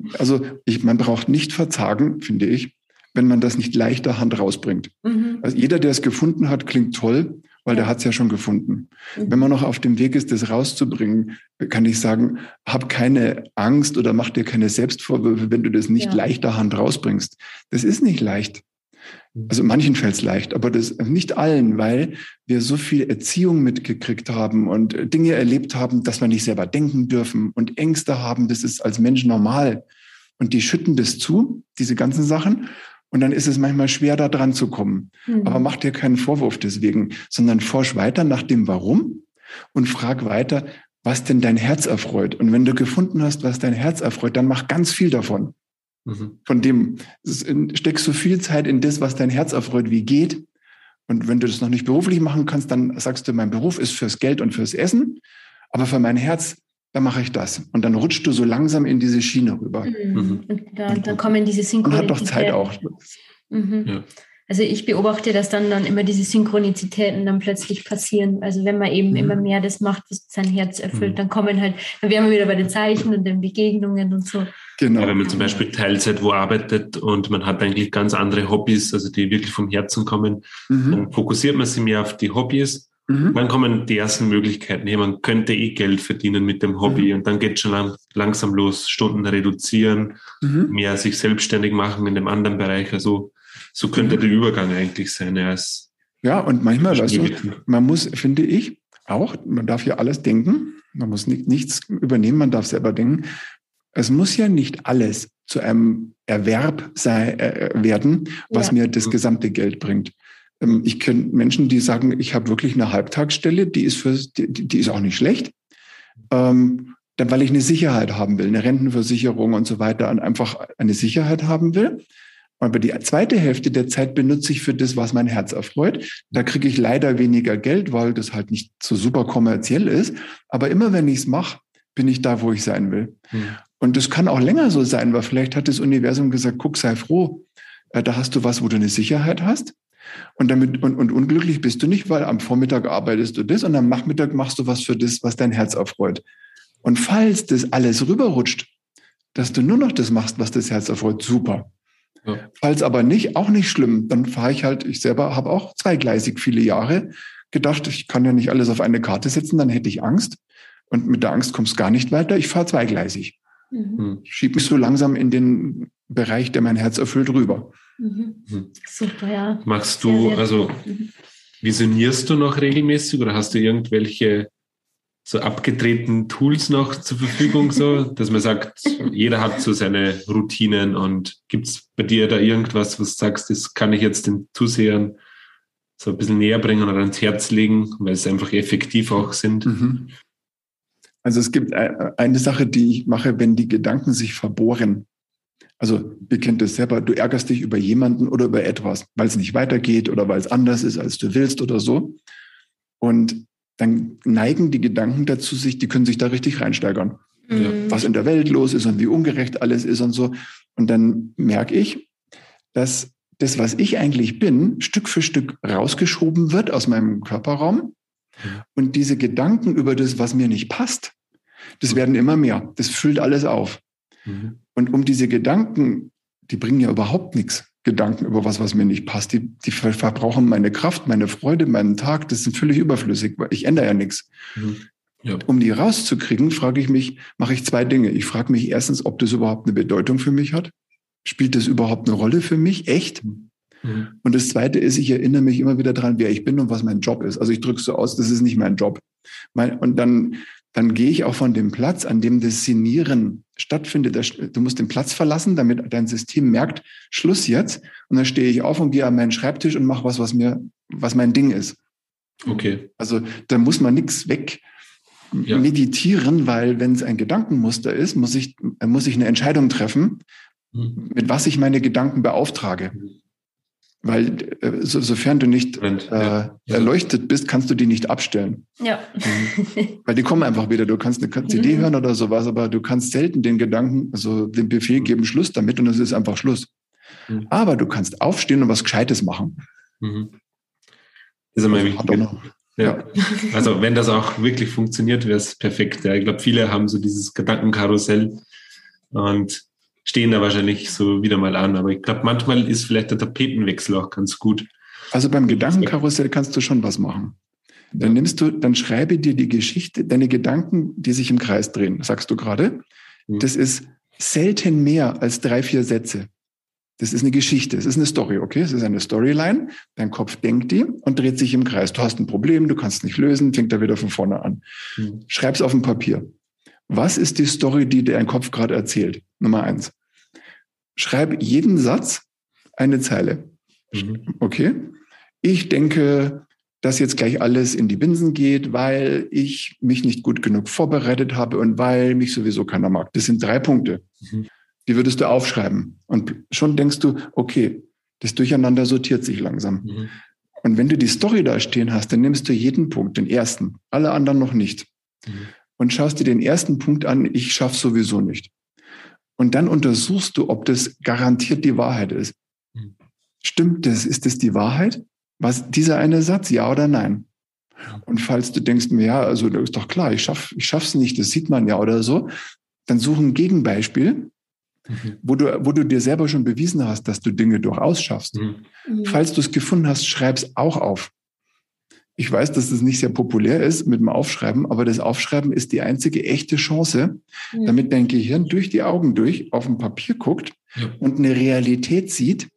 Speaker 2: man braucht nicht verzagen, finde ich, wenn man das nicht leichter Hand rausbringt. Also jeder, der es gefunden hat, klingt toll, weil der hat es ja schon gefunden. Wenn man noch auf dem Weg ist, das rauszubringen, kann ich sagen, hab keine Angst oder mach dir keine Selbstvorwürfe, wenn du das nicht leichter Hand rausbringst. Das ist nicht leicht. Also manchen fällt es leicht, aber das nicht allen, weil wir so viel Erziehung mitgekriegt haben und Dinge erlebt haben, dass wir nicht selber denken dürfen und Ängste haben. Das ist als Mensch normal. Und die schütten das zu, diese ganzen Sachen. Und dann ist es manchmal schwer, da dran zu kommen. Aber mach dir keinen Vorwurf deswegen, sondern forsch weiter nach dem Warum und frag weiter, was denn dein Herz erfreut. Und wenn du gefunden hast, was dein Herz erfreut, dann mach ganz viel davon. Von dem steckst so viel Zeit in das, was dein Herz erfreut, wie geht. Und wenn du das noch nicht beruflich machen kannst, dann sagst du, mein Beruf ist fürs Geld und fürs Essen, aber für mein Herz, da mache ich das. Und dann rutschst du so langsam in diese Schiene rüber.
Speaker 1: Und dann kommen diese Synchronizitäten.
Speaker 2: Und hat doch Zeit auch.
Speaker 1: Ja. Also ich beobachte, dass dann immer diese Synchronizitäten dann plötzlich passieren. Also wenn man eben immer mehr das macht, was sein Herz erfüllt, dann wären wir wieder bei den Zeichen und den Begegnungen und so.
Speaker 3: Genau. Ja, wenn man zum Beispiel Teilzeit wo arbeitet und man hat eigentlich ganz andere Hobbys, also die wirklich vom Herzen kommen, dann fokussiert man sich mehr auf die Hobbys. Dann kommen die ersten Möglichkeiten. Hey, man könnte Geld verdienen mit dem Hobby und dann geht schon langsam los, Stunden reduzieren, mehr sich selbstständig machen in dem anderen Bereich. Also so könnte der Übergang eigentlich sein.
Speaker 2: Ja, und manchmal, man muss, finde ich, auch, man darf ja alles denken, man muss nichts übernehmen, man darf selber denken. Es muss ja nicht alles zu einem Erwerb werden, was mir das gesamte Geld bringt. Ich kenne Menschen, die sagen, ich habe wirklich eine Halbtagsstelle, die ist auch nicht schlecht, weil ich eine Sicherheit haben will, eine Rentenversicherung und so weiter und einfach eine Sicherheit haben will. Aber die zweite Hälfte der Zeit benutze ich für das, was mein Herz erfreut. Da kriege ich leider weniger Geld, weil das halt nicht so super kommerziell ist. Aber immer wenn ich es mache, bin ich da, wo ich sein will. Und das kann auch länger so sein, weil vielleicht hat das Universum gesagt, guck, sei froh, da hast du was, wo du eine Sicherheit hast. Und unglücklich bist du nicht, weil am Vormittag arbeitest du das und am Nachmittag machst du was für das, was dein Herz erfreut. Und falls das alles rüberrutscht, dass du nur noch das machst, was das Herz erfreut, super. Ja. Falls aber nicht, auch nicht schlimm, dann fahre ich selber habe auch zweigleisig viele Jahre gedacht, ich kann ja nicht alles auf eine Karte setzen, dann hätte ich Angst. Und mit der Angst kommst du gar nicht weiter, ich fahre zweigleisig. Ich schiebe mich so langsam in den Bereich, der mein Herz erfüllt, rüber.
Speaker 1: Super, ja.
Speaker 3: Machst du, visionierst du noch regelmäßig oder hast du irgendwelche so abgedrehten Tools noch zur Verfügung, so, dass man sagt, jeder hat so seine Routinen und gibt es bei dir da irgendwas, was du sagst, das kann ich jetzt den Zusehern so ein bisschen näher bringen oder ans Herz legen, weil es einfach effektiv auch sind?
Speaker 2: Also es gibt eine Sache, die ich mache, wenn die Gedanken sich verbohren. Also ihr kennt das selber, du ärgerst dich über jemanden oder über etwas, weil es nicht weitergeht oder weil es anders ist, als du willst oder so. Und dann neigen die Gedanken dazu, die können sich da richtig reinsteigern. Was in der Welt los ist und wie ungerecht alles ist und so. Und dann merke ich, dass das, was ich eigentlich bin, Stück für Stück rausgeschoben wird aus meinem Körperraum. Und diese Gedanken über das, was mir nicht passt, das werden immer mehr. Das füllt alles auf. Und um diese Gedanken, die bringen ja überhaupt nichts. Gedanken über was mir nicht passt. Die verbrauchen meine Kraft, meine Freude, meinen Tag. Das sind völlig überflüssig, weil ich ändere ja nichts. Ja. Um die rauszukriegen, mache ich 2 Dinge. Ich frage mich erstens, ob das überhaupt eine Bedeutung für mich hat. Spielt das überhaupt eine Rolle für mich? Echt? Und das Zweite ist, ich erinnere mich immer wieder daran, wer ich bin und was mein Job ist. Also ich drücke es so aus, das ist nicht mein Job. Und dann gehe ich auch von dem Platz, an dem das Sinnieren stattfindet. Du musst den Platz verlassen, damit dein System merkt, Schluss jetzt. Und dann stehe ich auf und gehe an meinen Schreibtisch und mache was mein Ding ist.
Speaker 3: Okay.
Speaker 2: Also da muss man nichts weg meditieren, weil wenn es ein Gedankenmuster ist, muss ich eine Entscheidung treffen, mit was ich meine Gedanken beauftrage. Weil sofern du nicht erleuchtet bist, kannst du die nicht abstellen.
Speaker 1: Ja.
Speaker 2: Weil die kommen einfach wieder. Du kannst eine CD hören oder sowas, aber du kannst selten den Gedanken, also den Befehl geben, Schluss damit, und es ist einfach Schluss. Aber du kannst aufstehen und was Gescheites machen.
Speaker 3: Das ist immer wichtig. Ja. Also wenn das auch wirklich funktioniert, wäre es perfekt. Ja. Ich glaube, viele haben so dieses Gedankenkarussell und stehen da wahrscheinlich so wieder mal an. Aber ich glaube, manchmal ist vielleicht der Tapetenwechsel auch ganz gut.
Speaker 2: Also beim Gedankenkarussell kannst du schon was machen. Dann schreibe dir die Geschichte, deine Gedanken, die sich im Kreis drehen, sagst du gerade. Das ist selten mehr als 3-4 Sätze. Das ist eine Geschichte, es ist eine Story, okay? Es ist eine Storyline. Dein Kopf denkt die und dreht sich im Kreis. Du hast ein Problem, du kannst es nicht lösen, fängt da wieder von vorne an. Schreib's auf ein Papier. Was ist die Story, die dein Kopf gerade erzählt? Nummer 1. Schreib jeden Satz eine Zeile. Okay? Ich denke, dass jetzt gleich alles in die Binsen geht, weil ich mich nicht gut genug vorbereitet habe und weil mich sowieso keiner mag. Das sind 3 Punkte. Die würdest du aufschreiben. Und schon denkst du, okay, das Durcheinander sortiert sich langsam. Und wenn du die Story da stehen hast, dann nimmst du jeden Punkt, den ersten, alle anderen noch nicht. Und schaust dir den ersten Punkt an, ich schaff's sowieso nicht. Und dann untersuchst du, ob das garantiert die Wahrheit ist. Stimmt das? Ist das die Wahrheit? Was dieser eine Satz, ja oder nein? Und falls du denkst, ja, also das ist doch klar, ich schaff's nicht, das sieht man ja oder so, dann such ein Gegenbeispiel, wo du dir selber schon bewiesen hast, dass du Dinge durchaus schaffst. Falls du es gefunden hast, schreib's auch auf. Ich weiß, dass das nicht sehr populär ist mit dem Aufschreiben, aber das Aufschreiben ist die einzige echte Chance, damit dein Gehirn durch die Augen durch auf ein Papier guckt und eine Realität sieht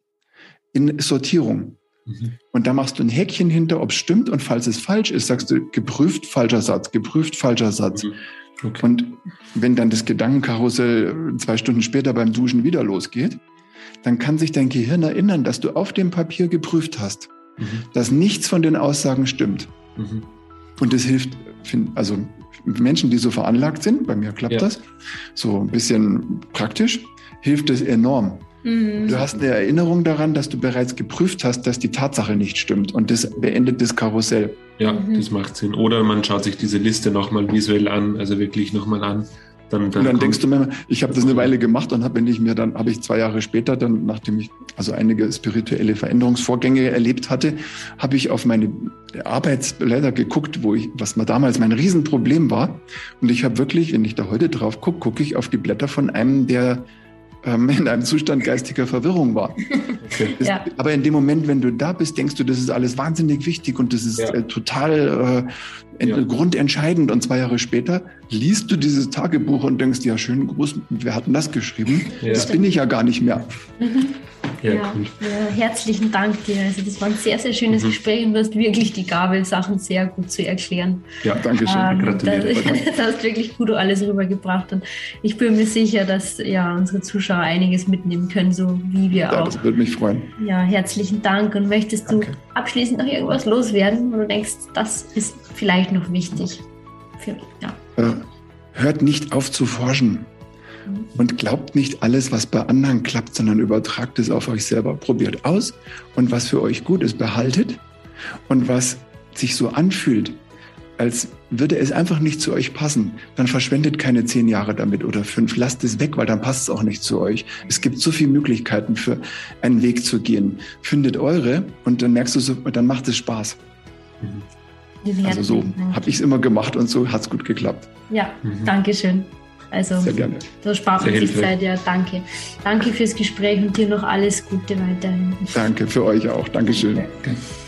Speaker 2: in Sortierung. Und da machst du ein Häkchen hinter, ob es stimmt, und falls es falsch ist, sagst du geprüft, falscher Satz, geprüft, falscher Satz. Okay. Und wenn dann das Gedankenkarussell 2 Stunden später beim Duschen wieder losgeht, dann kann sich dein Gehirn erinnern, dass du auf dem Papier geprüft hast, dass nichts von den Aussagen stimmt. Und das hilft, also Menschen, die so veranlagt sind, bei mir klappt das, so ein bisschen praktisch, hilft es enorm. Du hast eine Erinnerung daran, dass du bereits geprüft hast, dass die Tatsache nicht stimmt, und das beendet das Karussell.
Speaker 3: Ja, das macht Sinn. Oder man schaut sich diese Liste nochmal visuell an, also wirklich nochmal an. Und dann denkst du mir, ich habe das eine Weile gemacht und habe ich 2 Jahre später, dann, nachdem ich also einige spirituelle Veränderungsvorgänge erlebt hatte, habe ich auf meine Arbeitsblätter geguckt, was mir damals mein Riesenproblem war. Und ich habe wirklich, wenn ich da heute drauf gucke ich auf die Blätter von einem, der in einem Zustand geistiger Verwirrung war. Okay. Aber in dem Moment, wenn du da bist, denkst du, das ist alles wahnsinnig wichtig und das ist total grundentscheidend. Und 2 Jahre später liest du dieses Tagebuch und denkst, ja, schönen Gruß, wer hat denn das geschrieben? Das bin ich ja gar nicht mehr.
Speaker 1: Cool. Herzlichen Dank dir. Also das war ein sehr, sehr schönes Gespräch und du hast wirklich die Gabe, Sachen sehr gut zu erklären.
Speaker 2: Ja, danke schön.
Speaker 1: Gratuliere. Das hast wirklich gut alles rübergebracht und ich bin mir sicher, dass unsere Zuschauer einiges mitnehmen können, so wie wir auch.
Speaker 2: Das würde mich freuen.
Speaker 1: Ja, herzlichen Dank. Und möchtest du abschließend noch irgendwas loswerden, wo du denkst, das ist vielleicht noch wichtig?
Speaker 2: Hört nicht auf zu forschen. Und glaubt nicht alles, was bei anderen klappt, sondern übertragt es auf euch selber. Probiert aus und was für euch gut ist, behaltet. Und was sich so anfühlt, als würde es einfach nicht zu euch passen, dann verschwendet keine 10 Jahre damit oder 5. Lasst es weg, weil dann passt es auch nicht zu euch. Es gibt so viele Möglichkeiten für einen Weg zu gehen. Findet eure und dann merkst du so, dann macht es Spaß. Also so habe ich es immer gemacht und so hat es gut geklappt.
Speaker 1: Ja, danke schön. Also
Speaker 2: sehr gerne.
Speaker 1: Da spart man sich Zeit, ja, danke. Danke fürs Gespräch und dir noch alles Gute weiterhin.
Speaker 2: Danke für euch auch. Dankeschön. Okay.